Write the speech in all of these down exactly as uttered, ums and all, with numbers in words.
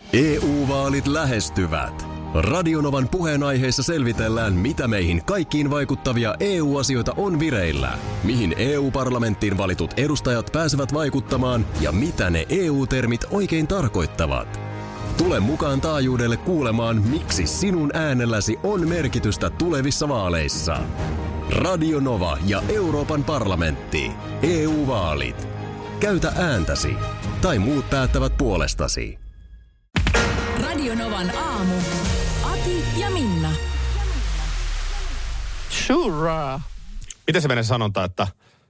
E U-vaalit lähestyvät. Radionovan puheenaiheessa selvitellään, mitä meihin kaikkiin vaikuttavia E U-asioita on vireillä, mihin E U-parlamenttiin valitut edustajat pääsevät vaikuttamaan ja mitä ne E U-termit oikein tarkoittavat. Tule mukaan taajuudelle kuulemaan, miksi sinun äänelläsi on merkitystä tulevissa vaaleissa. Radio Nova ja Euroopan parlamentti. E U-vaalit. Käytä ääntäsi. Tai muut päättävät puolestasi. Radio Novan aamu. Ati ja Minna. Sure. Miten se menee sanonta, että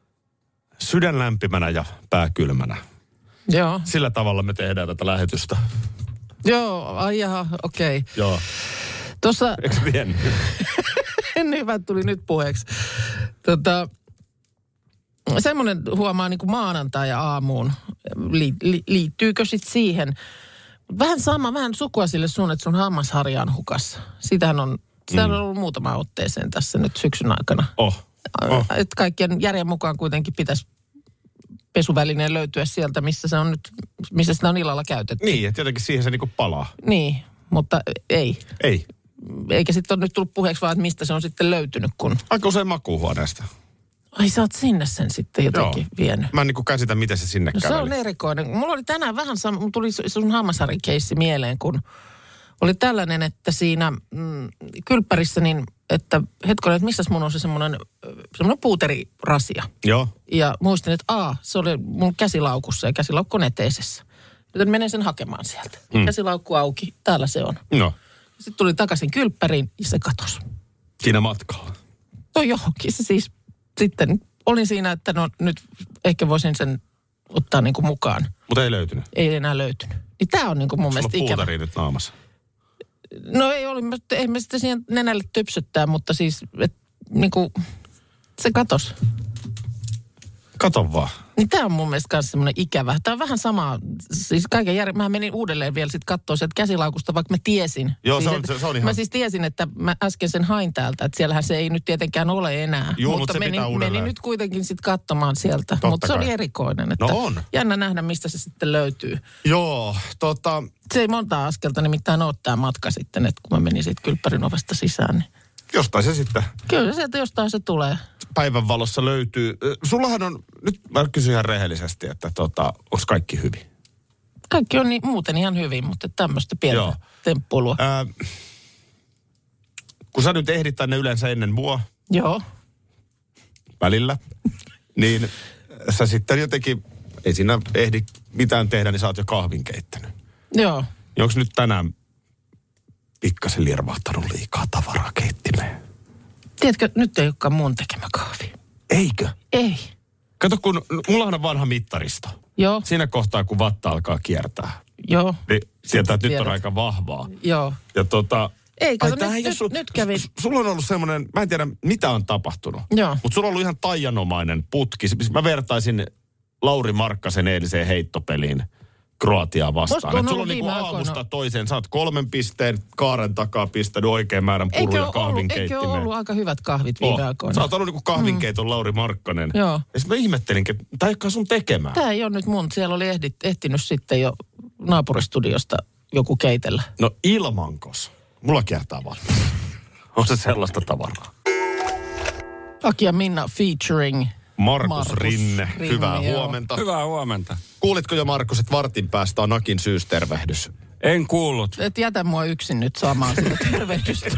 sydän lämpimänä ja pää kylmänä? Joo. Sillä tavalla me tehdään tätä lähetystä. Joo, ai jaha, okei. Okay. Joo. Tuossa... Eikö tiennyt? En hyvä, tuli nyt puheeksi. Tota, semmoinen huomaa niin kuin maanantai ja aamuun. Li, li, liittyykö sitten siihen? Vähän sama, vähän sukua sille sun, että sun hammasharja on hukassa. Sitähän on, sitä on ollut muutama otteeseen tässä nyt syksyn aikana. Oh. oh. Että kaikkien järjen mukaan kuitenkin pitäisi pesuvälineen löytyä sieltä, missä se on nyt, missä sitä on illalla käytetty. Niin, että jotenkin siihen se niinku palaa. Niin, mutta ei. Ei. Eikä sitten ole nyt tullut puheeksi vaan, että mistä se on sitten löytynyt, kun... Aika usein makuuhuoneesta. Ai sä oot sinne sen sitten jotenkin Joo. vienyt. Mä en niinku käsitä, miten se sinne No, käveli. se on erikoinen. Mulla oli tänään vähän sama, mulla tuli sun hammasharikeissi mieleen, kun oli tällainen, että siinä mm, kylppärissä niin, että hetkonen, että missäs mun on se semmoinen, semmoinen puuterirasia. Joo. Ja muistin, että aa, se oli mun käsilaukussa ja käsilaukku on eteisessä. Joten menen sen hakemaan sieltä. Mm. Käsilaukku auki, täällä se on. No. Sitten tuli takaisin kylppäriin ja se katosi. Siinä matkalla. No johonkin se siis sitten olin siinä, että no nyt ehkä voisin sen ottaa niin kuin mukaan. Mutta ei löytynyt. Ei enää löytynyt. Niin tää on niin kuin mun mielestä ikävä. Sulla on ikävä. nyt naamassa. No ei oli, ei me sitä siihen nenälle typsyttää, mutta siis et, niin kuin se katosi. Kato vaan. Niin tää on mun mielestä myös semmoinen ikävä. Tää on vähän sama, siis kaiken järjen, mä menin uudelleen vielä sit katsoa sieltä käsilaukusta, vaikka mä tiesin. Joo, siis, se on, se, se on ihan... Mä siis tiesin, että mä äsken sen hain täältä, että siellähän se ei nyt tietenkään ole enää. Juu, mutta mutta se menin, pitää uudelleen. menin nyt kuitenkin sit katsomaan sieltä. Totta Mutta se kai. oli erikoinen, että No on. jännä nähdä, mistä se sitten löytyy. Joo, tota... Se ei monta askelta nimittäin ole tämä matka sitten, että kun mä menin siitä kylppärin ovesta sisään, niin... Jostain se sitten... Kyllä sieltä jostain se tulee. Päivän valossa löytyy. Sullahan on, nyt mä kysyn ihan rehellisesti, että tota, onko kaikki hyvin? Kaikki on niin, muuten ihan hyvin, mutta tämmöistä pientä Joo. temppulua. Ää, kun sä nyt ehdit tänne yleensä ennen mua Joo. välillä, niin sä sitten jotenkin, ei siinä ehdi mitään tehdä, niin sä oot jo kahvin keittänyt. Joo. Niin onko nyt tänään pikkasen lirvahtanut liikaa tavaraa keittimeen? Tiedätkö, nyt ei olekaan mun tekemä kahvi. Eikö? Ei. Kato, kun mullahan on vanha mittaristo. Joo. Siinä kohtaa, kun vatta alkaa kiertää, Joo. niin sieltä, että nyt on tiedät. aika vahvaa. Joo. Ja tota... Ei, kato, Ai, nyt, nyt, nyt, su, nyt kävi. su, sulla on ollut semmoinen, mä en tiedä mitä on tapahtunut. Joo. Mutta sulla on ollut ihan taianomainen putki. Mä vertaisin Lauri Markkasen eiliseen heittopeliin Kroatiaa vastaan. on Et sulla ollut on niinku viime aamusta aikoina. toiseen. Sä oot kolmen pisteen kaaren takaa pistänyt oikein määrän Eikö puruja ole, kahvin ollut, eikö keittimeen. ole ollut aika hyvät kahvit viime Oh. aikoina? Sä oot ollut niinku kahvinkeiton mm. Lauri Markkanen. Joo. Ja sit mä ihmettelin, että tämä ei olekaan sun tekemään. Tämä ei ole nyt mun. Siellä oli ehdit, ehtinyt sitten jo naapuristudiosta joku keitellä. No ilmankos. Mulla kiertää valmis. On se sellaista tavaraa. Aki ja Minna featuring Markus, Markus Rinne, Rinne, hyvää joo. huomenta. Hyvää huomenta. Kuulitko jo, Markus, että vartin päästä on Akin syystervehdys? En kuullut. Et jätä mua yksin nyt saamaan sitä tervehdystä.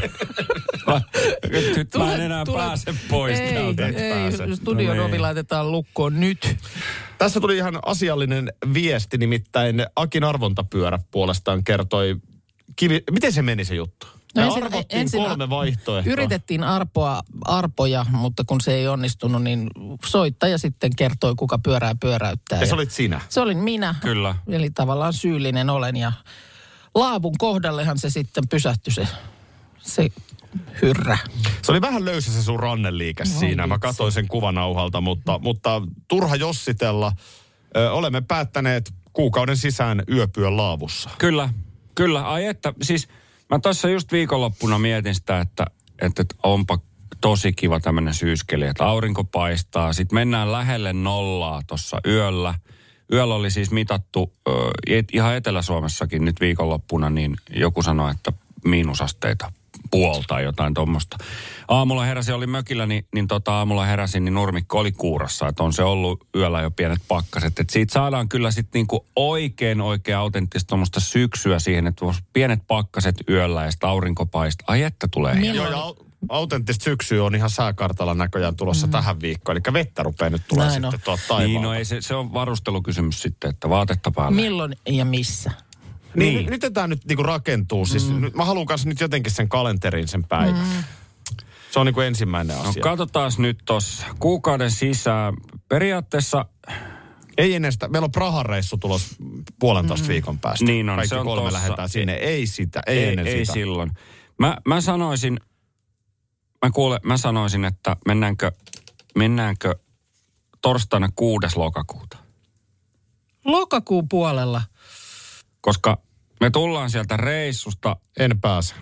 Nyt, nyt mä en Tule- enää tule- pääse pois ei, täältä. ei, studion No ovi niin. laitetaan lukkoon nyt. Tässä tuli ihan asiallinen viesti, nimittäin Akin arvontapyörä puolestaan kertoi, kivi, miten se meni se juttu? Me ensin- arvottiin ensin kolme vaihtoehtoa. Yritettiin arpoa, arpoja, mutta kun se ei onnistunut, niin soittaja sitten kertoi, kuka pyörää pyöräyttää. Ja se olit sinä. Se olin minä. Kyllä. Eli tavallaan syyllinen olen ja laavun kohdallehan se sitten pysähtyi se, se hyrrä. Se oli vähän löysä se sun ranneliike No, siinä. Mä vitsi. katsoin sen kuvanauhalta, mutta, mutta turha jossitella. Ö, olemme päättäneet kuukauden sisään yöpyä laavussa. Kyllä, kyllä. Ai että, siis mä tuossa just viikonloppuna mietin sitä, että, että onpa tosi kiva tämmöinen syyskeli, että aurinko paistaa. Sitten mennään lähelle nollaa tuossa yöllä. yöllä oli siis mitattu ö, ihan Etelä-Suomessakin nyt viikonloppuna, niin joku sanoi, että miinusasteita puolta tai jotain tuommoista. Aamulla heräsin, oli mökillä, niin, niin tota, aamulla heräsin, niin nurmikko oli kuurassa. Että on se ollut yöllä jo pienet pakkaset. Että siitä saadaan kyllä sitten niinku oikein oikein autenttista tuommoista syksyä siihen, että pienet pakkaset yöllä ja sitten aurinko paistaa. Ai että tulee. Joo, ja autenttista syksyä on ihan sääkartalla näköjään tulossa mm. tähän viikkoon. Eli vettä rupeaa nyt tulee Näin sitten on. tuolta taivaalta. Niin, no ei se, se on varustelukysymys sitten, että vaatetta päälle. Milloin ja missä? Niin, Niin. nyt tämä nyt niinku rakentuu. Siis mm. nyt, mä haluan kanssa nyt jotenkin sen kalenterin sen päivän. Mm. Se on niinku ensimmäinen No asia. katsotaan nyt tuossa kuukauden sisään. Periaatteessa... Ei ennen sitä. Meillä on Prahan reissu tulos puolentoista mm. viikon päästä. Niin on, Kaikki se on kolme tossa. lähdetään sinne. Ei sitä, ei, Ei, ennen ei sitä. silloin. Mä, mä sanoisin, mä kuule, mä sanoisin, että mennäänkö, mennäänkö torstaina kuudes lokakuuta. Lokakuun puolella. Koska me tullaan sieltä reissusta. En pääse.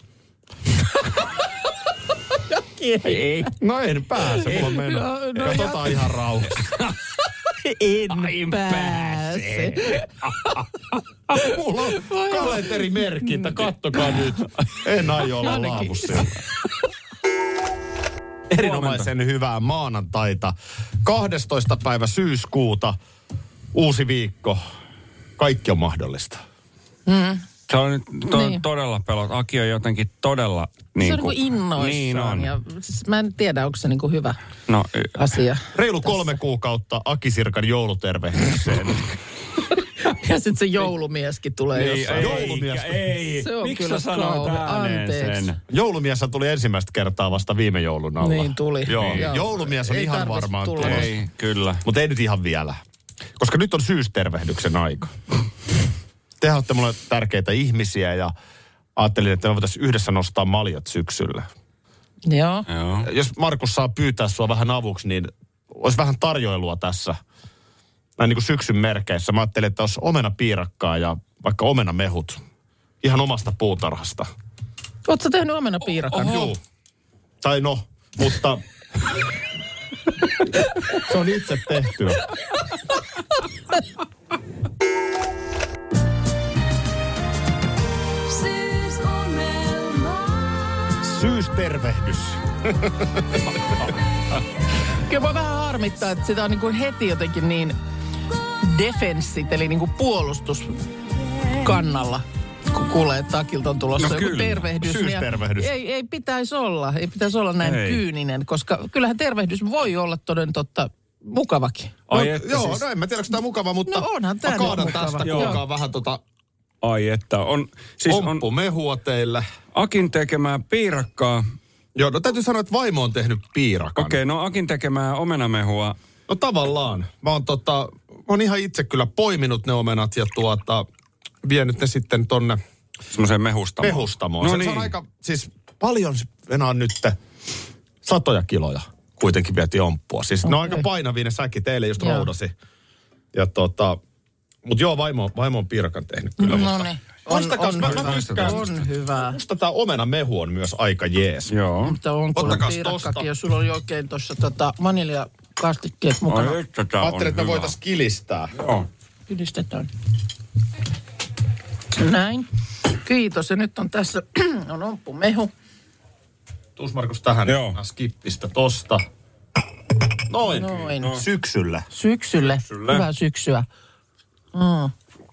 Ei. No en pääse, mulla on meno. No, no Katsotaan ihan rauhassa. En Ai pääse. Mulla on kalenterimerkintä, kattokaa nyt. En aio olla Ainakin. laavussa. Erinomaisen hyvää maanantaita. kahdestoista päivä syyskuuta, uusi viikko. Kaikki on mahdollista. Mm. Se on nyt to, Niin. todella pelot. Aki on jotenkin todella... Niin Se on kuin, niin kuin innoissaan. Niin on. Ja, siis mä en tiedä, onko se niin kuin hyvä No, asia. Reilu kolme kuukautta Aki Sirkan joulutervehdykseen. Ja sitten se joulumieskin tulee Niin, jossain. ei, Joulumies. Ei, Se on miksi kyllä sä sanoit kauhea. ääneen Anteeksi. sen? Joulumies tuli ensimmäistä kertaa vasta viime joulun alla. Niin tuli. Joo, Niin. joulumies on Ei ihan tarvitse varmaan tulla. tulossa. Ei, kyllä. Mutta ei nyt ihan vielä. Koska nyt on syystervehdyksen aika. Te olette mulle tärkeitä ihmisiä ja ajattelin, että me voitaisiin yhdessä nostaa maljat syksyllä. Joo. Joo. Jos Markus saa pyytää sua vähän avuksi, niin olisi vähän tarjoilua tässä. Näin niin kuin syksyn merkeissä. Mä ajattelin, että olisi omenapiirakkaa ja vaikka omenamehut. Ihan omasta puutarhasta. Ootko sä tehnyt omenapiirakan? Joo. Tai no, mutta se on itse tehtyä. Syystervehdys. Kyllä mua vähän harmittaa, että sitä on niin kuin heti jotenkin niin defenssit, eli niin kuin puolustuskannalla, kun kuulee, että Takilta on tulossa No joku kyllä. tervehdys. niin Syystervehdys. Ei, ei pitäisi olla, ei pitäisi olla näin Ei. kyyninen, koska kyllähän tervehdys voi olla toden totta mukavakin. Ai No, että joo, siis, no en mä tiedä, onko tämä mukava, mutta No onhan tää mä nyt kaadan mukava. tästä, Joo. kuulkaa vähän tota ai että on, siis on omppumehua teille. Akin tekemää piirakkaa. Joo, no täytyy sanoa, että vaimo on tehnyt piirakan. Okei, no Akin tekemää omenamehua. No tavallaan. Mä oon tota, mä oon ihan itse kyllä poiminut ne omenat ja tuota, vienyt ne sitten tonne Semmoiseen mehustamoon. mehustamoon. No se, niin. se on aika, siis paljon venää nyt satoja kiloja kuitenkin vietiin omppua. Siis okay. Ne on aika painavia ne säkit, eilen just Joo. roudasi. Ja tota, mut joo, vaimo, vaimo on piirakan tehnyt kyllä. No mutta niin. Maistakaa, mä- mä hyvä. tykkään. On hyvä. musta tää omenamehu on myös aika jees. Joo. Mutta on kyllä Ottakaas piirakkakin, tosta. jos sulla oli oikein tuossa tota vaniljakastikkeet mukana. Ai että tää on Ajattelin, että me hyvä. voitais kilistää. Joo. Yhdistetään. Näin. Kiitos. Ja nyt on tässä on omppumehu. Tuus Markus tähän. Joo. Mä skippistä tosta. Noin. Noin. No. Syksyllä. Syksylle. Syksylle. Hyvää syksyä. Mm.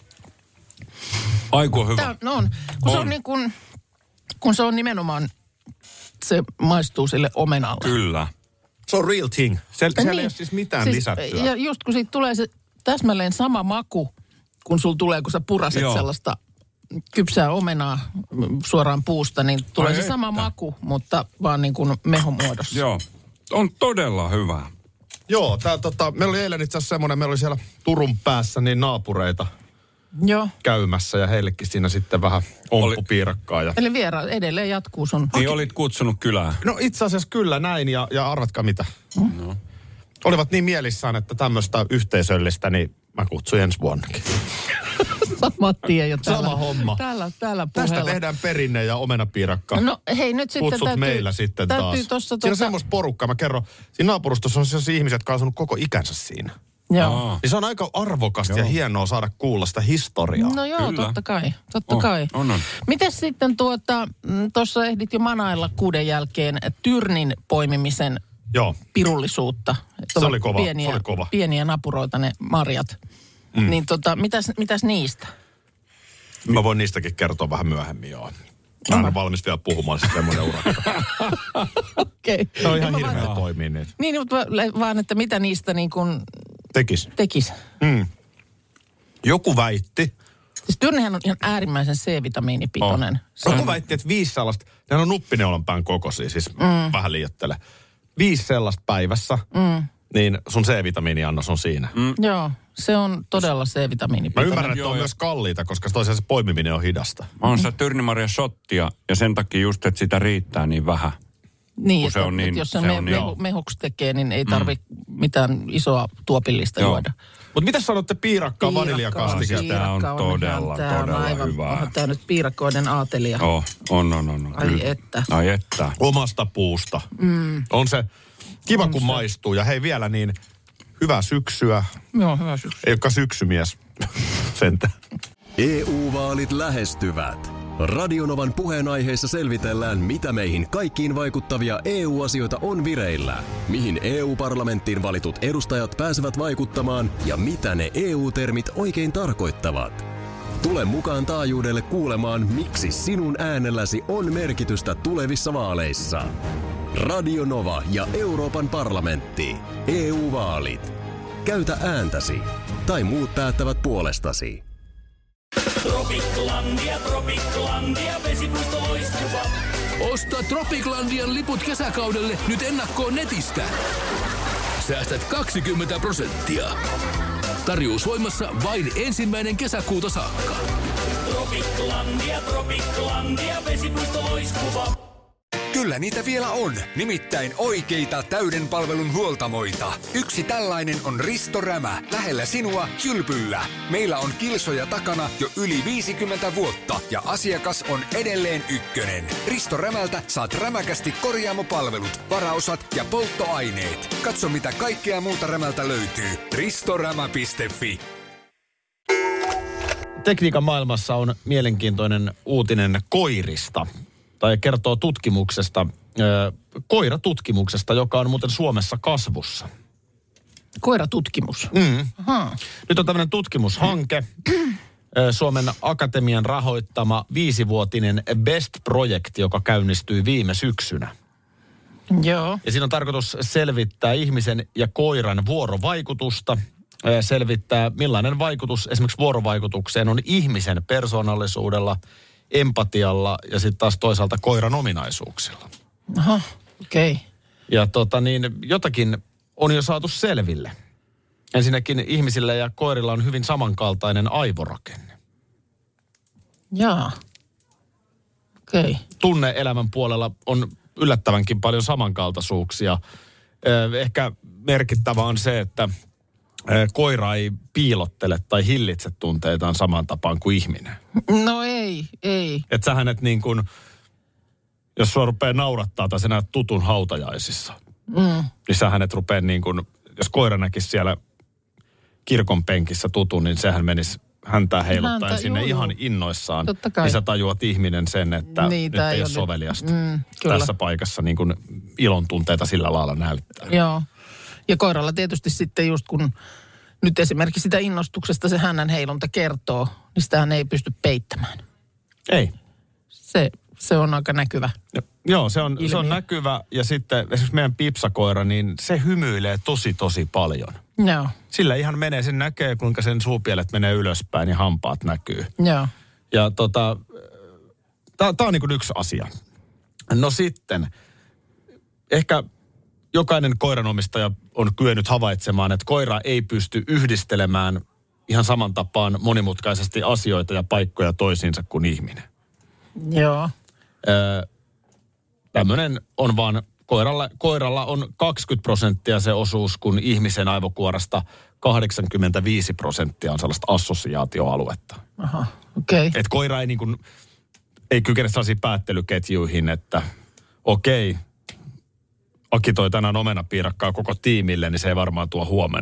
Aiku on hyvä. Tää, no on. Kun, Se On. on niin kun, kun se on nimenomaan, se maistuu sille omenalle. Kyllä. Se on real thing. Siellä, siellä Niin. ei ole siis mitään siis, lisättyä. Ja just kun siitä tulee se täsmälleen sama maku, kun sul tulee, kun sä puraset Joo. sellaista kypsää omenaa mm, suoraan puusta, niin tulee Ai se sama että. maku, mutta vaan niin kuin mehumuodossa. Joo. On todella hyvä. Joo, tää, tota, meillä oli eilen itse asiassa semmoinen, meillä oli siellä Turun päässä niin naapureita Joo. käymässä ja heillekin siinä sitten vähän omppupiirakkaa. Ja... Eli viera edelleen jatkuu sun. Niin olit kutsunut kylään. No itse asiassa kyllä näin ja, ja arvatkaa mitä. No. Olivat niin mielissään, että tämmöistä yhteisöllistä, niin mä kutsuin ensi vuonnakin. Sama tie jo täällä. Sama homma. Täällä, täällä Tästä puheella. tehdään perinne ja omenapiirakka. No hei, nyt sitten Kutsut täytyy, meillä sitten taas. täytyy tossa, Siinä on tuota, semmoista porukkaa, mä kerron. Siinä naapurustossa on sellaisia ihmisiä, jotka on asunut koko ikänsä siinä. Joo. Niin se on aika arvokasta joo. ja hienoa saada kuulla sitä historiaa. No joo, Kyllä. totta kai. Totta Oh, kai. on, on. Mites sitten tuota, tuossa ehdit jo manailla kuuden jälkeen tyrnin poimimisen Joo. pirullisuutta. Että Se ovat oli kova, Pieniä, se oli kova. pieniä napuroita ne marjat. Mm. Niin tota, mitäs, mitäs niistä? Mä voin niistäkin kertoa vähän myöhemmin, joo. Mä en ole valmis vielä puhumaan, siis semmoinen urakka. Okei. Okay. Se on ihan hirveä toimia niitä. Niin, mutta vaan, että mitä niistä niin kuin Tekis. tekis. Mm. Joku väitti. Siis tyrnihän on ihan äärimmäisen C-vitamiinipitoinen. Oh. Joku väitti, että viisi sellaista, ne on nuppineulanpään kokoisia, siis mm. vähän liioittele. Viisi sellaista päivässä, mm. niin sun C-vitamiiniannos on siinä. Mm. Joo, se on todella C-vitamiinipitoinen. Mä ymmärrän, että on joo. myös kalliita, koska toisaalta se poimiminen on hidasta. Mä oon sitä tyrnimarja shottia ja sen takia just, että sitä riittää niin vähän. Niin, se että, on niin- että jos se, se me, on mehu, niin- mehuksi tekee, niin ei tarvitse mm. mitään isoa tuopillista Joo. juoda. Mutta mitä sanotte piirakkaa vaniljakastikesta? Tää on todella, ihan- tää on todella aivan, hyvää. Onhan tää nyt piirakoiden aatelija. Oh, on, on, on. on. Ai Kyllä. että. Ai että. Omasta puusta. Mm. On se kiva, kun maistuu. Ja hei vielä niin, hyvää syksyä. Joo, hyvä syksy. Ei olekaan syksymies sentään. E U-vaalit lähestyvät. Radionovan puheenaiheessa selvitellään, mitä meihin kaikkiin vaikuttavia E U-asioita on vireillä, mihin E U-parlamenttiin valitut edustajat pääsevät vaikuttamaan ja mitä ne E U-termit oikein tarkoittavat. Tule mukaan taajuudelle kuulemaan, miksi sinun äänelläsi on merkitystä tulevissa vaaleissa. Radio Nova ja Euroopan parlamentti. E U-vaalit. Käytä ääntäsi. Tai muut päättävät puolestasi. Tropiklandia, Tropiklandia, vesipuisto loistuva. Osta Tropiklandian liput kesäkaudelle nyt ennakkoon netistä. Säästät kaksikymmentä prosenttia. Tarjous voimassa vain ensimmäinen kesäkuuta saakka. Tropiklandia, Tropiklandia, vesipuisto loistuva. Kyllä niitä vielä on, nimittäin oikeita täyden palvelun huoltamoita. Yksi tällainen on Risto Rämä, lähellä sinua, Kylpyllä. Meillä on kilsoja takana jo yli viisikymmentä vuotta ja asiakas on edelleen ykkönen. Risto Rämältä saat rämäkästi korjaamopalvelut, varaosat ja polttoaineet. Katso mitä kaikkea muuta Rämältä löytyy. ristorämä piste fi. Tekniikan maailmassa on mielenkiintoinen uutinen koirista. Tai kertoo tutkimuksesta, ö, koiratutkimuksesta, joka on muuten Suomessa kasvussa. Koiratutkimus. Mm. Aha. Nyt on tämmöinen tutkimushanke, ö, Suomen Akatemian rahoittama viisivuotinen BEST-projekti, joka käynnistyi viime syksynä. Joo. Ja siinä on tarkoitus selvittää ihmisen ja koiran vuorovaikutusta, ö, selvittää millainen vaikutus esimerkiksi vuorovaikutukseen on ihmisen persoonallisuudella, empatialla ja sitten taas toisaalta koiran ominaisuuksilla. Aha, okei. Okay. Ja tota niin, jotakin on jo saatu selville. Ensinnäkin ihmisillä ja koirilla on hyvin samankaltainen aivorakenne. Jaa. Okei. Okay. Tunne-elämän puolella on yllättävänkin paljon samankaltaisuuksia. Ehkä merkittävä on se, että koira ei piilottele tai hillitse tunteitaan samaan tapaan kuin ihminen. No ei, ei. Että sähän et niin kuin, jos sua rupeaa naurattaa tai sä näet tutun hautajaisissa, mm. niin sähän et rupea niin kuin, jos koira näkisi siellä kirkon penkissä tutun, niin sehän menisi häntää heiluttaen Häntä, sinne juu, ihan innoissaan. Niin sä tajuat ihminen sen, että niin, nyt ei, ei ole soveliasta mm, tässä paikassa niin kuin ilon tunteita sillä lailla näyttää. Joo. Ja koiralla tietysti sitten just kun nyt esimerkiksi sitä innostuksesta se hännän heilunta kertoo, niin sitähän ei pysty peittämään. Ei. Se, se on aika näkyvä. Ja, joo, se on, se on näkyvä ja sitten esimerkiksi meidän pipsakoira, niin se hymyilee tosi tosi paljon. Joo. Sillä ihan menee, sen näkee kuinka sen suupielet menee ylöspäin ja hampaat näkyy. Joo. Ja tota, tää on niin kuin yksi asia. No sitten, ehkä jokainen koiranomistaja on kyennyt havaitsemaan, että koira ei pysty yhdistelemään ihan saman tapaan monimutkaisesti asioita ja paikkoja toisiinsa kuin ihminen. Joo. Öö, tämmöinen on vaan, koiralla, koiralla on kaksikymmentä prosenttia se osuus, kun ihmisen aivokuorasta kahdeksankymmentäviisi prosenttia on sellaista assosiaatioaluetta. Aha, okei. Okay. Että koira ei, niin kuin, ei kykene sellaisiin päättelyketjuihin, että okei, okay, Aki toi tänään omenapiirakkaa koko tiimille, niin se ei varmaan tuo huomenna.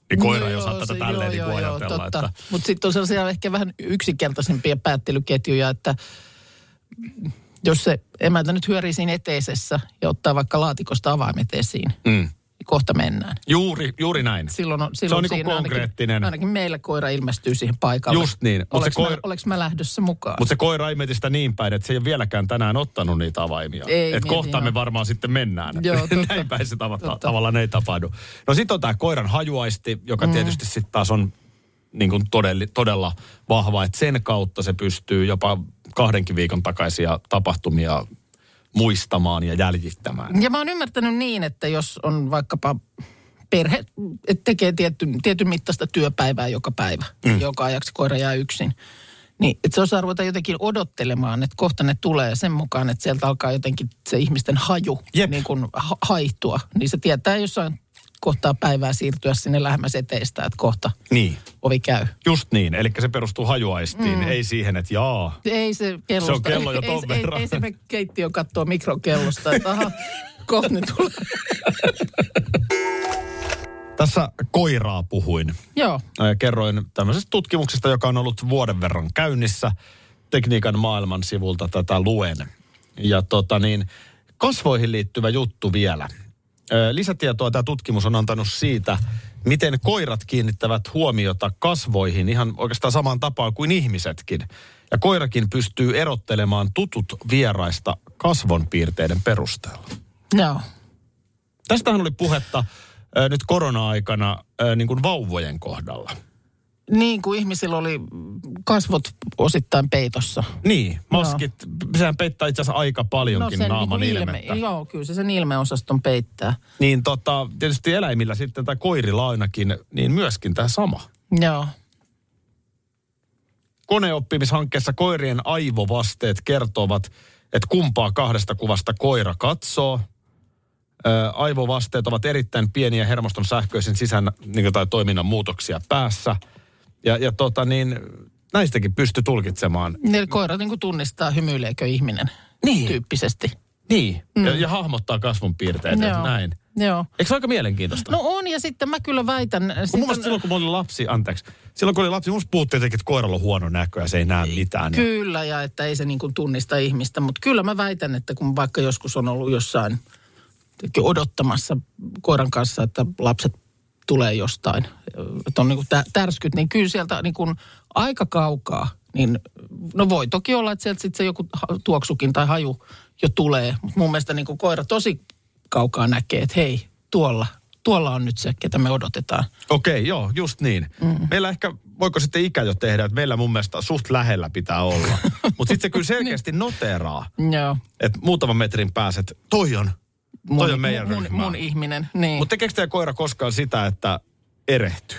Niin koira No ei joo, osaa tätä se- tälleen joo, niin kuin joo, ajatella. totta. Että... Mutta sitten on sellaisia ehkä vähän yksinkertaisempia päättelyketjuja, että jos se emäntä nyt hyörii siinä eteisessä ja ottaa vaikka laatikosta avaimet esiin, Mm. niin kohta mennään. Juuri, juuri näin. Silloin on, silloin on niinku siinä konkreettinen. Ainakin, ainakin meillä koira ilmestyy siihen paikalle. Just niin. Mut se Oleks, koira- mä, oleks mä lähdössä mukaan? Mutta se koira ei mieti sitä niin päin, että se ei ole vieläkään tänään ottanut niitä avaimia. Ei Että mieti, kohta me joo. varmaan sitten mennään. Joo, totta. Näin päin se tava- Totta. tavallaan ei tapahdu. No sitten on tämä koiran hajuaisti, joka mm. tietysti sitten taas on niin kuin todelli, todella vahva. Että sen kautta se pystyy jopa kahdenkin viikon takaisia tapahtumia muistamaan ja jäljittämään. Ja mä oon ymmärtänyt niin, että jos on vaikkapa perhe, että tekee tietyn, tietyn mittaista työpäivää joka päivä, mm. joka ajaksi koira jää yksin, niin että se osaa ruveta jotenkin odottelemaan, että kohta ne tulee sen mukaan, että sieltä alkaa jotenkin se ihmisten haju Jep. niin kuin ha- haihtua. Niin se tietää jossain kohtaa päivää siirtyä sinne lähemmäs eteistä, että kohta Niin, ovi käy. just niin. Eli se perustuu hajuaistiin, mm. ei siihen, että jaa. Ei se kellosta. Se on kello jo ton ei, verran. ei, ei se me keittiö kattoo mikrokellosta, että aha, kohta ne tulee. Tässä koiraa puhuin. Joo. Ja kerroin tämmöisestä tutkimuksesta, joka on ollut vuoden verran käynnissä. Tekniikan maailman sivulta tätä luen. Ja tota niin, kasvoihin liittyvä juttu vielä. Ö, lisätietoa tämä tutkimus on antanut siitä, miten koirat kiinnittävät huomiota kasvoihin ihan oikeastaan samaan tapaan kuin ihmisetkin. Ja koirakin pystyy erottelemaan tutut vieraista kasvonpiirteiden perusteella. Joo. Tästähän oli puhetta ö, nyt korona-aikana ö, niin kuin vauvojen kohdalla. Niin kuin ihmisillä oli kasvot osittain peitossa. Niin, maskit, sehän peittää itse asiassa aika paljonkin sen naaman niinku ilmettä. Joo, kyllä se sen ilmeosaston peittää. Niin tota, tietysti eläimillä sitten, tai koirilla ainakin, niin myöskin tämä sama. Joo. Koneoppimishankkeessa koirien aivovasteet kertovat, että kumpaa kahdesta kuvasta koira katsoo. Ö, aivovasteet ovat erittäin pieniä hermoston sähköisen sisään niin jotain toiminnan muutoksia päässä. Ja, ja tota niin, näistäkin pystyy tulkitsemaan. Eli koira niin kuin tunnistaa, hymyileekö ihminen Niin. tyyppisesti. Niin, mm. ja, ja hahmottaa kasvonpiirteitä, Joo. näin. Joo. Eikö se aika mielenkiintoista? No on, ja sitten mä kyllä väitän... Mun mielestä silloin, kun mä olin lapsi, anteeksi, silloin kun oli lapsi, musta puhuttiin jotenkin, että koiralla on huono näkö ja se ei näe mitään. Kyllä, ja että ei se niin kuin tunnista ihmistä, mutta kyllä mä väitän, että kun vaikka joskus on ollut jossain odottamassa koiran kanssa, että lapset tulee jostain, että on niin kuin tä- tärskyt, niin kyllä sieltä niin kuin aika kaukaa, niin no voi toki olla, että sieltä sitten se joku ha- tuoksukin tai haju jo tulee, mutta mun mielestä niin kuin koira tosi kaukaa näkee, että hei, tuolla, tuolla on nyt se, ketä me odotetaan. Okei, joo, just niin. Mm. Meillä ehkä, voiko sitten ikä jo tehdä, että meillä mun mielestä suht lähellä pitää olla. Mutta sitten se kyllä selkeästi noteraa, Joo. että muutaman metrin pääset, toi on, toi on meidän mun, ryhmää. mun ihminen, niin. Mutta tekeekö teidän koira koskaan sitä, että erehtyy?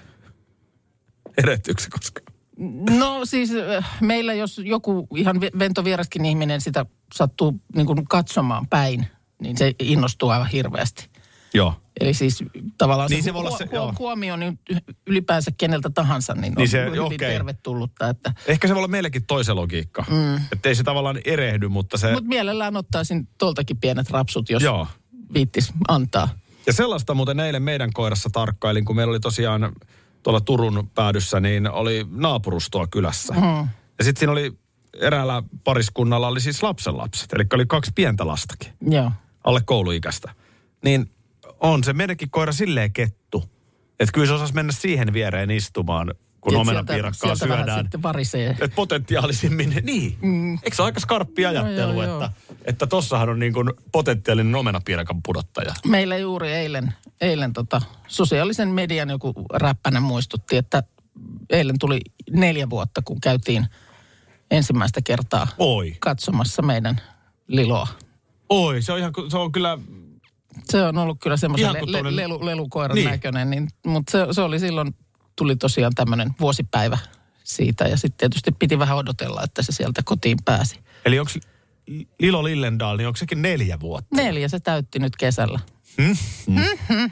Erehtyykö se koskaan? No siis äh, meillä jos joku ihan ve- ventovieraskin ihminen sitä sattuu niin kuin katsomaan päin, niin se innostuu aivan hirveästi. Joo. Eli siis tavallaan Niin se, se voi olla se, huo- joo. huomio niin ylipäänsä keneltä tahansa, niin, Niin on se- hyvin okei. tervetullutta. Että, Ehkä se voi olla meillekin toisen logiikka. Mm. Että ei se tavallaan erehdy, mutta se... mutta mielellään ottaisin tuoltakin pienet rapsut, jos Joo. viittis antaa. Ja sellaista muuten eilen meidän koirassa tarkkailin, kun meillä oli tosiaan tuolla Turun päädyssä, niin oli naapurustoa kylässä. Mm. Ja sitten siinä oli eräällä pariskunnalla oli siis lapsenlapset, eli oli kaksi pientä lastakin, Joo. alle kouluikäistä. Niin on se meidänkin koira silleen kettu, että kyllä se osasi mennä siihen viereen istumaan, kun Et omenapiirakkaa sieltä vähän syödään. sitten varisee. Että potentiaalisimmin, niin. Mm. Eikö se ole aika skarppi ajattelu, joo, joo. että, että tossahan on niin kuin potentiaalinen omenapiirakan pudottaja. Meillä juuri eilen, eilen tota, sosiaalisen median joku räppänä muistutti, että eilen tuli neljä vuotta, kun käytiin ensimmäistä kertaa Oi. katsomassa meidän Liloa. Oi, se on ihan, se on kyllä, Se on ollut kyllä semmoisen Ihan le- kuin le- tuollainen- lelu, lelukoiran Niin. näköinen, niin, mutta se, se oli silloin, tuli tosiaan tämmöinen vuosipäivä siitä ja sitten tietysti piti vähän odotella, että se sieltä kotiin pääsi. eli onko Lilo Lillendal, niin onko sekin neljä vuotta? Neljä se täytti nyt kesällä. Hmm? Mm-hmm.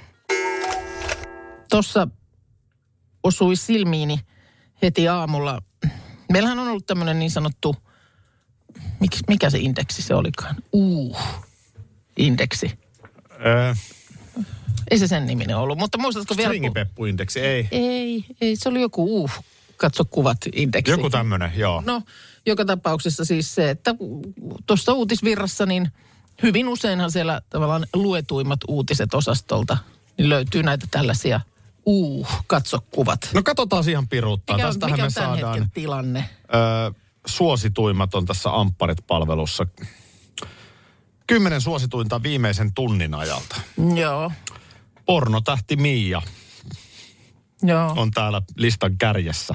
Tuossa osui silmiini heti aamulla. Meillähän on ollut tämmöinen niin sanottu, mik, mikä se indeksi se olikaan? Uh, indeksi. Öö, Ei se sen niminen ollut, mutta muistatko vielä... Stringipeppu-indeksi, ei. Ei, ei, se oli joku uh, katso kuvat indeksi. Joku tämmöinen, joo. No, joka tapauksessa siis se, että tuossa uutisvirrassa niin hyvin useinhan siellä tavallaan luetuimmat uutiset osastolta, niin löytyy näitä tällaisia uh, katso kuvat. No katsotaan ihan piruuttaa. Mikä on, Tästähän mikä me on tämän saadaan hetken tilanne? Ö, suosituimmat on tässä Ampparit-palvelussa. Kymmenen suosituinta viimeisen tunnin ajalta. Joo. Pornotähti Mia Joo. on täällä listan kärjessä.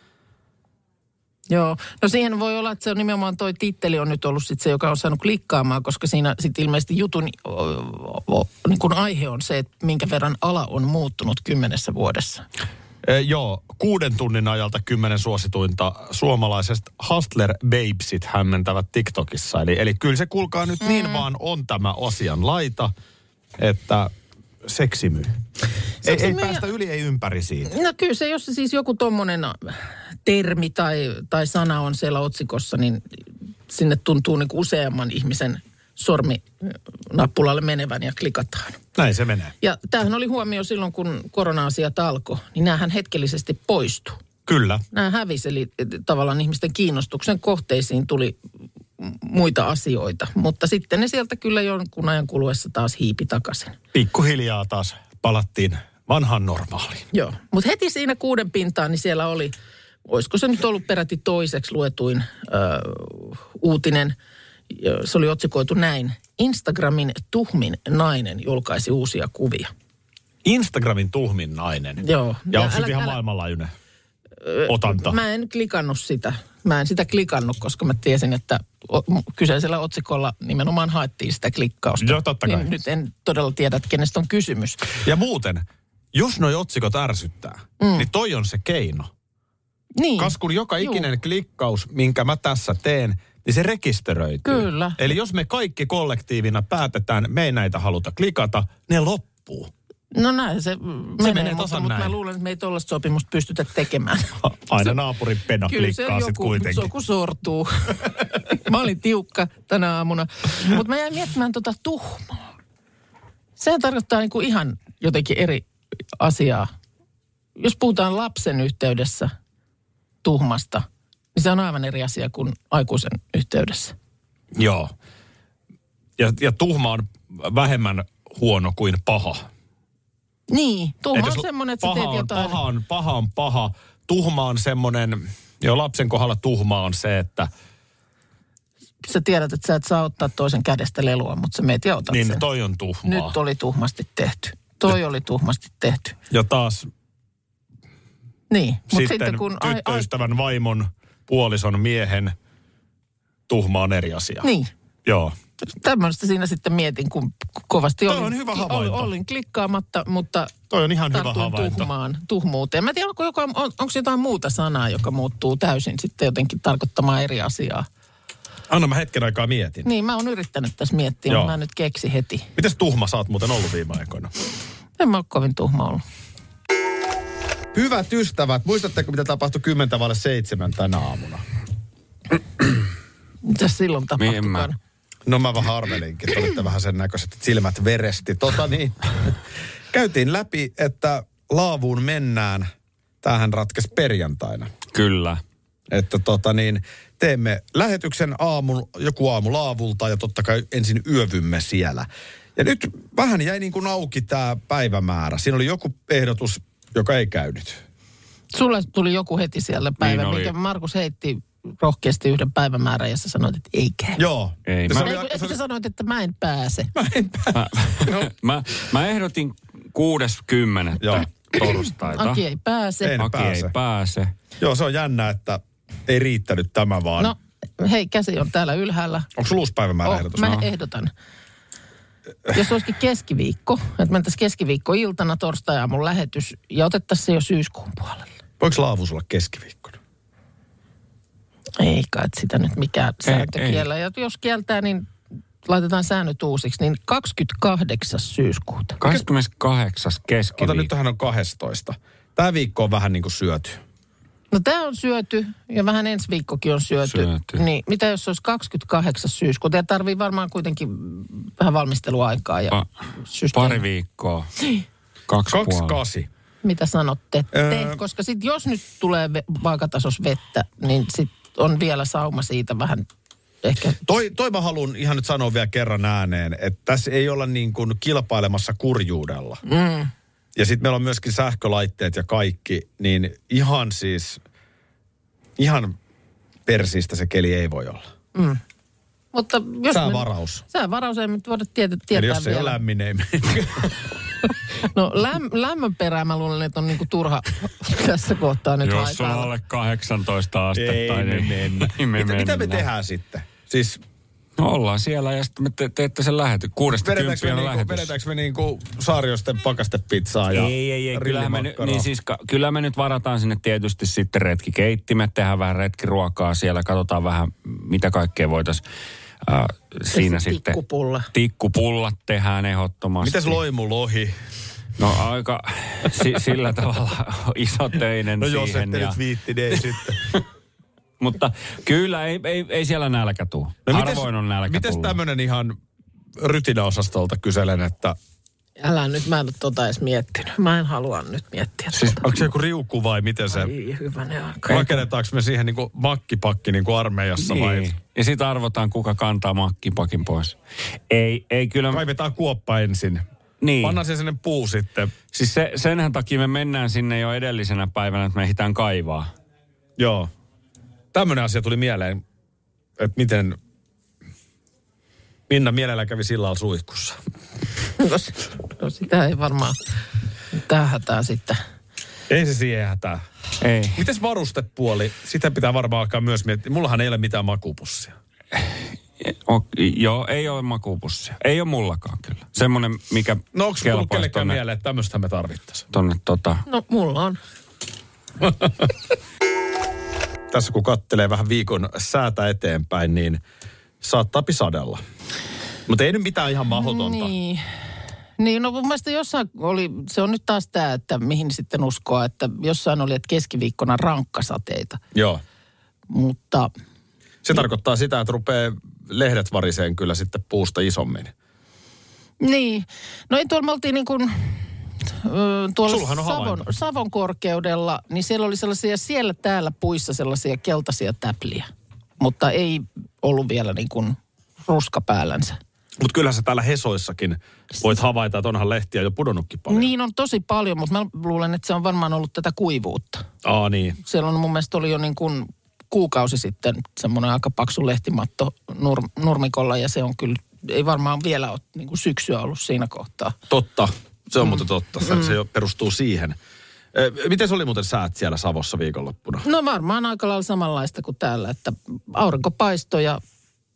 Joo. No siihen voi olla, että se on nimenomaan toi titteli on nyt ollut sit se, joka on saanut klikkaamaan, koska siinä sitten ilmeisesti jutun o, o, niin kun aihe on se, että minkä verran ala on muuttunut kymmenessä vuodessa. E, joo, kuuden tunnin ajalta kymmenen suosituinta suomalaisesta Hustler Babesit hämmentävät TikTokissa. Eli, eli kyllä se kuulkaa nyt mm. niin vaan on tämä asian laita, että seksi myy. Ei, ei päästä yli, ei ympäri siitä. No kyllä se, jos se siis joku tommonen termi tai, tai sana on siellä otsikossa, niin sinne tuntuu niin kuin useamman ihmisen sormi nappulalle menevän ja klikataan. Näin se menee. Ja tämähän oli huomio silloin, kun korona-asiat alkoi, niin näähän hetkellisesti poistui. Kyllä. Nämä hävisi, eli tavallaan ihmisten kiinnostuksen kohteisiin tuli muita asioita, mutta sitten ne sieltä kyllä jonkun ajan kuluessa taas hiipi takaisin. Pikkuhiljaa taas palattiin vanhaan normaaliin. Joo, mutta heti siinä kuuden pintaan, niin siellä oli, olisiko se nyt ollut peräti toiseksi luetuin äh, uutinen. Se oli otsikoitu näin. Instagramin tuhmin nainen julkaisi uusia kuvia. Instagramin tuhmin nainen? Joo. Ja, ja onko se ihan älä... maailmanlaajuinen otanta? Mä en klikannut sitä. Mä en sitä klikannut, koska mä tiesin, että kyseisellä otsikolla nimenomaan haettiin sitä klikkausta. Joo, totta kai. Niin nyt en todella tiedä, että kenestä on kysymys. Ja muuten, jos noi otsikot ärsyttää, mm. niin toi on se keino. Niin. Kas kun joka ikinen Juu. klikkaus, minkä mä tässä teen, niin se rekisteröityy. Kyllä. Eli jos me kaikki kollektiivina päätetään, me ei näitä haluta klikata, ne loppuu. No näin se, se menee, menee mutta, mutta mä luulen, että me ei tollaista sopimusta pystytä tekemään. Aina naapurin pena klikkaa sitten kuitenkin. Kyllä se joku sortuu. Mä olin tiukka tänä aamuna. Mutta mä jäin miettimään tota tuhmaa. Sehän tarkoittaa niinku ihan jotenkin eri asiaa. Jos puhutaan lapsen yhteydessä tuhmasta, niin se on aivan eri asia kuin aikuisen yhteydessä. Joo. Ja, ja tuhma on vähemmän huono kuin paha. Niin, tuhma on semmoinen, että sä teet on, jotain. Paha on, paha on paha. Tuhma on semmoinen, jo lapsen kohdalla tuhma on se, että... Sä tiedät, että sä et saa ottaa toisen kädestä lelua, mutta sä meet ja otat niin, sen. Niin, toi on tuhmaa. Nyt oli tuhmasti tehty. Toi ja, oli tuhmasti tehty. Ja taas... Niin, mutta sitten, sitten kun... tyttöystävän ai, ai... vaimon, puolison, miehen tuhma on eri asia. Niin. Joo. Tämmöistä siinä sitten mietin, kun kovasti toi olin, on hyvä havainto. olin klikkaamatta, mutta toi on ihan hyvä havainto. Tuhmaan, tuhmuuteen. Mä en tiedä, onko, joka, on, onko jotain muuta sanaa, joka muuttuu täysin sitten jotenkin tarkoittamaan eri asiaa. Anna mä hetken aikaa mietin. Niin, mä oon yrittänyt tässä miettiä, mutta mä nyt keksi heti. Mites tuhma sä oot muuten ollut viime aikoina? En mä ole kovin tuhma ollut. Hyvät ystävät, muistatteko mitä tapahtui kymmentä vaille seitsemän tänä aamuna? Mitäs silloin tapahtukaan? No mä vähän arvelinkin, että olitte vähän sen näköiset, että silmät veresti. Tota niin, käytiin läpi, että laavuun mennään. Tämähän ratkesi perjantaina. Kyllä. Että tota niin, teemme lähetyksen aamun, joku aamu laavulta ja totta kai ensin yövymme siellä. Ja nyt vähän jäi niin kuin auki tämä päivämäärä. Siinä oli joku ehdotus, joka ei käynyt. Sulla tuli joku heti siellä päivä, niin mikä Markus heitti rohkeasti yhden päivämäärän ja sä sanoit, että ei käy. Joo. Ei, mä, oli, että sä sanoit, että mä en pääse. Mä en pääse. Mä, no. mä, mä ehdotin kuudes kymmenettä torstaita. Aki ei pääse. Ei Aki pääse. ei pääse. Joo, se on jännä, että ei riittänyt tämä vaan. No, hei, käsi on täällä ylhäällä. Onko sulla uusi päivämäärä ehdotus? Mä no. ehdotan. Jos olisikin keskiviikko, että mentäisiin keskiviikko-iltana torstai-aamun lähetys ja otettaisiin se jo syyskuun puolelle. Voiko laavuus olla keskiviikkona? Ei kai sitä nyt mikään sääntö kiellä. Ja jos kieltää, niin laitetaan säännöt uusiksi. Niin kahdeskymmeneskahdeksas syyskuuta. kahdeskymmeneskahdeksas keskiviikko. Ota nyt tähän on kahdestoista. Tämä viikko on vähän niin kuin syöty. No tämä on syöty ja vähän ensi viikkokin on syöty. Syöty. Niin mitä jos olisi kahdeskymmeneskahdeksas syyskuuta? Tämä tarvii varmaan kuitenkin vähän valmisteluaikaa ja Pa- systeemi. Pari viikkoa. Kaksi, Kaksi puoli. kasi. Mitä sanotte te? Öö. Koska sit jos nyt tulee ve- vaakatasos vettä, niin sit on vielä sauma siitä vähän ehkä. Toi, toi mä haluan ihan nyt sanoa vielä kerran ääneen, että tässä ei olla niin kuin kilpailemassa kurjuudella. Mm. Ja sitten meillä on myöskin sähkölaitteet ja kaikki, niin ihan siis, ihan persistä se keli ei voi olla. Mm. Mutta jos Säävaraus. Säävaraus ei nyt voida tietää, tietää Eli jos vielä. ei ole lämmin, ei mene. No läm, lämmön perään mä luulen, että on niinku turha tässä kohtaa nyt Jos on laittaa. alle kahdeksantoista astetta, ei me niin mennä. Ei me mitä, mitä me mennä. tehdään sitten? Siis No ollaan siellä ja sitten me te- teette sen lähety. Kuudesta vedetäänkö me, kymppiä on niinku, lähetys. vedetäänkö me niinku Saariosten pakastepizzaa ja Ei, ei, ei. Kyllähän me, nyt, rillimakkaraa? niin siis, ka- kyllä me nyt varataan sinne tietysti sitten retkikeittimet, tehdään vähän retkiruokaa siellä, katsotaan vähän mitä kaikkea voitaisiin äh, siinä se sitten. tikkupulla. Tikkupullat tehdään ehdottomasti. Mites loimulohi? No aika si- sillä tavalla isotöinen No siihen. jos ette ja, nyt viitti, niin ei sitten. mutta kyllä ei, ei, ei siellä nälkä tuu. No Harvoin on nälkä mites tullut. tämmönen ihan rytinäosastolta kyselen, että Älä nyt, mä en ole tota edes miettinyt. Mä en halua nyt miettiä siis tota. onko se joku riuku vai miten se? Ai hyvänen aika. Rakennetaanko me siihen niinku makkipakki niinku armeijassa vai? Niin. Ja sitten arvotaan, kuka kantaa makkipakin pois. Ei, ei kyllä. Kaivetaan kuoppa ensin. Niin. Pannaan se sinne puu sitten. Siis se, senhän takia me mennään sinne jo edellisenä päivänä, että me ehditään kaivaa. Joo. Tämmöinen asia tuli mieleen, että miten Minna mielellä kävi sillalla suihkussa. No, no sitä ei varmaan tähätää sitten. Ei se siihen hätää. Ei. Mites varustepuoli? Sitä pitää varmaan alkaa myös miettiä. Mullahan ei ole mitään makupussia. O, joo, ei ole makuupussia. Ei ole mullakaan kyllä. Semmoinen, mikä No onko tullut kelpaisi kellekään tonne, mieleen, että tämmöistä me tarvittaisiin? tonne tota. No mulla on. Tässä kun kattelee vähän viikon säätä eteenpäin, niin saattaa sadella. Mutta ei nyt mitään ihan mahdotonta. Niin. Niin, no mun mielestä jossain oli, se on nyt taas tämä, että mihin sitten uskoa, että jossain oli, että keskiviikkona rankkasateita. Joo. Mutta Se tarkoittaa sitä, että rupeaa lehdet variseen kyllä sitten puusta isommin. niin, no ei tuolla me oltiin niin kuin tuolla Sullahan on Savon, havainto. Savon korkeudella, niin siellä oli sellaisia siellä täällä puissa sellaisia keltaisia täpliä. Mutta ei ollut vielä niin kuin ruska päällänsä. Mutta kyllähän sä täällä Hesoissakin voit havaita, että onhan lehtiä jo pudonnutkin paljon. Niin on tosi paljon, mutta mä luulen, että se on varmaan ollut tätä kuivuutta. Aa niin. Siellä on mun mielestä oli jo niin kuin kuukausi sitten semmoinen aika paksu lehtimatto nur, nurmikolla ja se on kyllä, ei varmaan vielä ole niin kuin syksyä ollut siinä kohtaa. Totta. Se on mm. muuten totta. Se, mm. se jo perustuu siihen. E, miten se oli muuten säät siellä Savossa viikonloppuna? No varmaan aika lailla samanlaista kuin täällä, että aurinko paistoi ja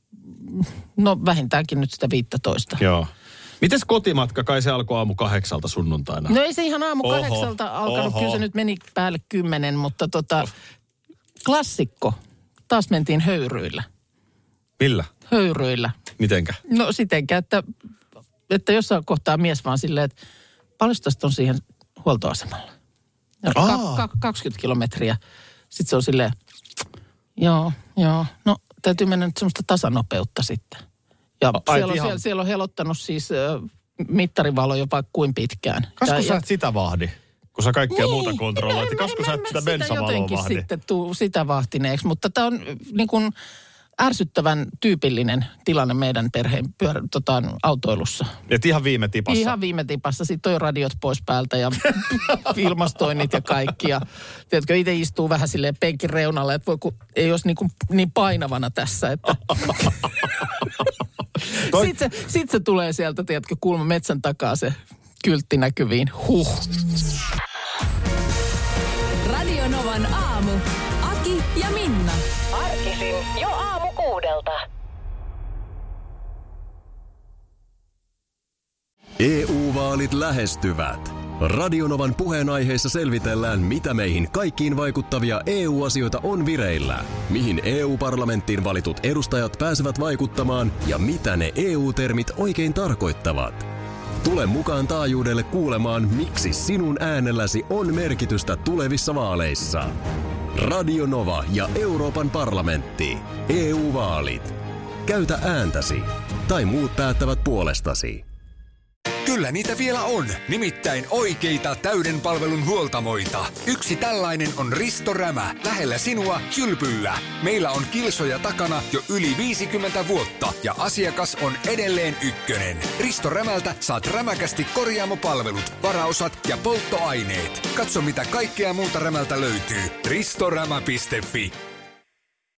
no vähintäänkin nyt sitä viittätoista. Joo. Mites kotimatka? Kai se alkoi aamu kahdeksalta sunnuntaina. No ei se ihan aamu Oho, kahdeksalta alkanut, oho. kyllä se nyt meni päälle kymmenen, mutta tota, klassikko. Taas mentiin höyryillä. Millä? Höyryillä. Mitenkä? No sitenkään, että, että jossain kohtaa mies vaan silleen, että paljon tästä on siihen huoltoasemalle. Ja Aa. ka- ka- kaksikymmentä kilometriä. Sitten se on silleen, joo, joo, no täytyy mennä nyt semmoista tasanopeutta sitten. Ja Ai, siellä, on, ihan- siellä, siellä on helottanut siis äh, mittarivalo jopa kuin pitkään. Kasko Ja- sä ja- et sitä vahdi? Kun sä kaikkea Niin, muuta kontrolloit, niin en mä- kasko en sä mä- et en sitä mä bensavaloa jotenkin vahdi? sitten tuu sitä vahtineeksi, mutta tämä on niin kuin ärsyttävän tyypillinen tilanne meidän perheen pyörä, tota, autoilussa. Et ihan viime tipassa. Ihan viime tipassa. Sitten toi radiot pois päältä ja ilmastoinnit ja kaikki. Ja, tiedätkö, itse istuu vähän silleen penkin reunalla, että voi, kun ei olisi niin, kuin, niin painavana tässä. Että. Toi- Sitten se, sit se tulee sieltä, tiedätkö, kulma metsän takaa se kyltti näkyviin. Huh. Radio Novan aamu. Aki ja Minna. Arkisin jo aamu kuudelta. E U-vaalit lähestyvät. Radionovan puheenaiheessa selvitellään, mitä meihin kaikkiin vaikuttavia E U-asioita on vireillä, mihin E U-parlamenttiin valitut edustajat pääsevät vaikuttamaan ja mitä ne E U-termit oikein tarkoittavat. Tule mukaan taajuudelle kuulemaan, miksi sinun äänelläsi on merkitystä tulevissa vaaleissa. Radio Nova ja Euroopan parlamentti. E U-vaalit. Käytä ääntäsi. Tai muut päättävät puolestasi. Kyllä niitä vielä on, nimittäin oikeita täyden palvelun huoltamoita. Yksi tällainen on Risto Rämä, lähellä sinua, Kylpyllä. Meillä on kilsoja takana jo yli viisikymmentä vuotta ja asiakas on edelleen ykkönen. Risto Rämältä saat rämäkästi korjaamopalvelut, varaosat ja polttoaineet. Katso mitä kaikkea muuta Rämältä löytyy. ristorämä piste fi.